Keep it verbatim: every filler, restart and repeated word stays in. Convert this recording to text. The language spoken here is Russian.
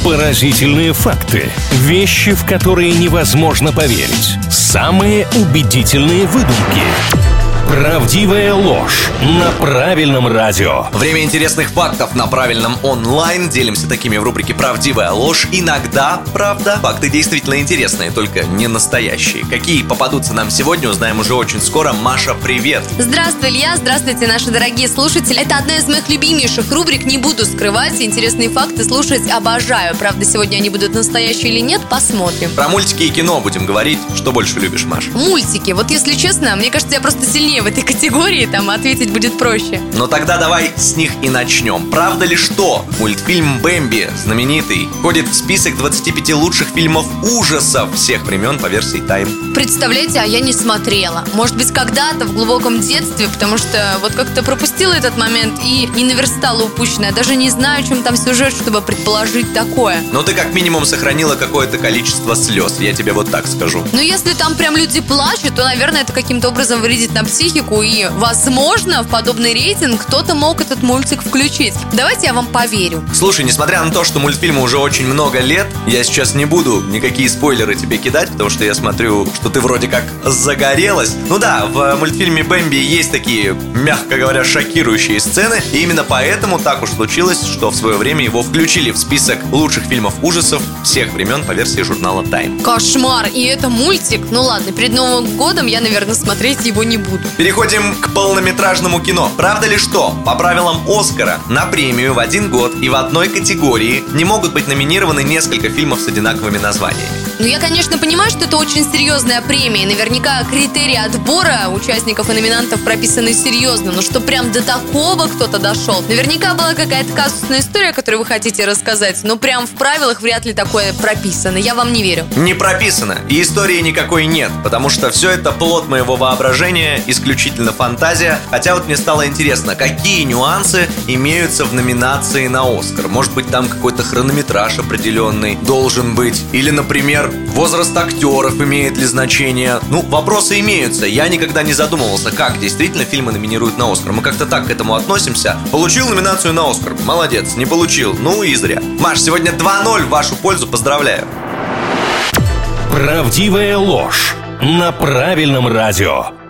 Поразительные факты. Вещи, в которые невозможно поверить. Самые убедительные выдумки. Правдивая ложь на правильном радио. Время интересных фактов на правильном онлайн. Делимся такими в рубрике «Правдивая ложь». Иногда, правда, факты действительно интересные, только не настоящие. Какие попадутся нам сегодня, узнаем уже очень скоро. Маша, привет! Здравствуй, Илья, здравствуйте, наши дорогие слушатели. Это одна из моих любимейших рубрик, не буду скрывать. Интересные факты слушать обожаю. Правда, сегодня они будут настоящие или нет, посмотрим. Про мультики и кино будем говорить. Что больше любишь, Маша? Мультики. Вот если честно, мне кажется, я просто сильнее в этой категории, там ответить будет проще. Ну тогда давай с них и начнем. Правда ли, что мультфильм «Бэмби», знаменитый, входит в список двадцати пяти лучших фильмов ужасов всех времен по версии Time? Представляете, а я не смотрела. Может быть, когда-то в глубоком детстве, потому что вот как-то пропустила этот момент и не наверстала упущенное. Даже не знаю, о чем там сюжет, чтобы предположить такое. Ну ты как минимум сохранила какое-то количество слез, я тебе вот так скажу. Ну если там прям люди плачут, то, наверное, это каким-то образом вредит на психику. И, возможно, в подобный рейтинг кто-то мог этот мультик включить. Давайте я вам поверю. Слушай, несмотря на то, что мультфильму уже очень много лет, я сейчас не буду никакие спойлеры тебе кидать, потому что я смотрю, что ты вроде как загорелась. Ну да, в мультфильме «Бэмби» есть такие, мягко говоря, шокирующие сцены. И именно поэтому так уж случилось, что в свое время его включили в список лучших фильмов ужасов всех времен по версии журнала Time. Кошмар! И это мультик? Ну ладно, перед Новым годом я, наверное, смотреть его не буду. Переходим к полнометражному кино. Правда ли, что по правилам Оскара на премию в один год и в одной категории не могут быть номинированы несколько фильмов с одинаковыми названиями? Ну, я, конечно, понимаю, что это очень серьезная премия. И наверняка критерии отбора участников и номинантов прописаны серьезно. Но что прям до такого кто-то дошел? Наверняка была какая-то казусная история, которую вы хотите рассказать. Но прям в правилах вряд ли такое прописано. Я вам не верю. Не прописано. И истории никакой нет. Потому что все это плод моего воображения, исключительно фантазия. Хотя вот мне стало интересно, какие нюансы имеются в номинации на Оскар. Может быть, там какой-то хронометраж определенный должен быть. Или, например, возраст актеров имеет ли значение. Ну, вопросы имеются. Я никогда не задумывался, как действительно фильмы номинируют на Оскар. Мы как-то так к этому относимся. Получил номинацию на Оскар. Молодец. Не получил. Ну и зря. Маш, сегодня два ноль в вашу пользу. Поздравляю. Правдивая ложь на правильном радио.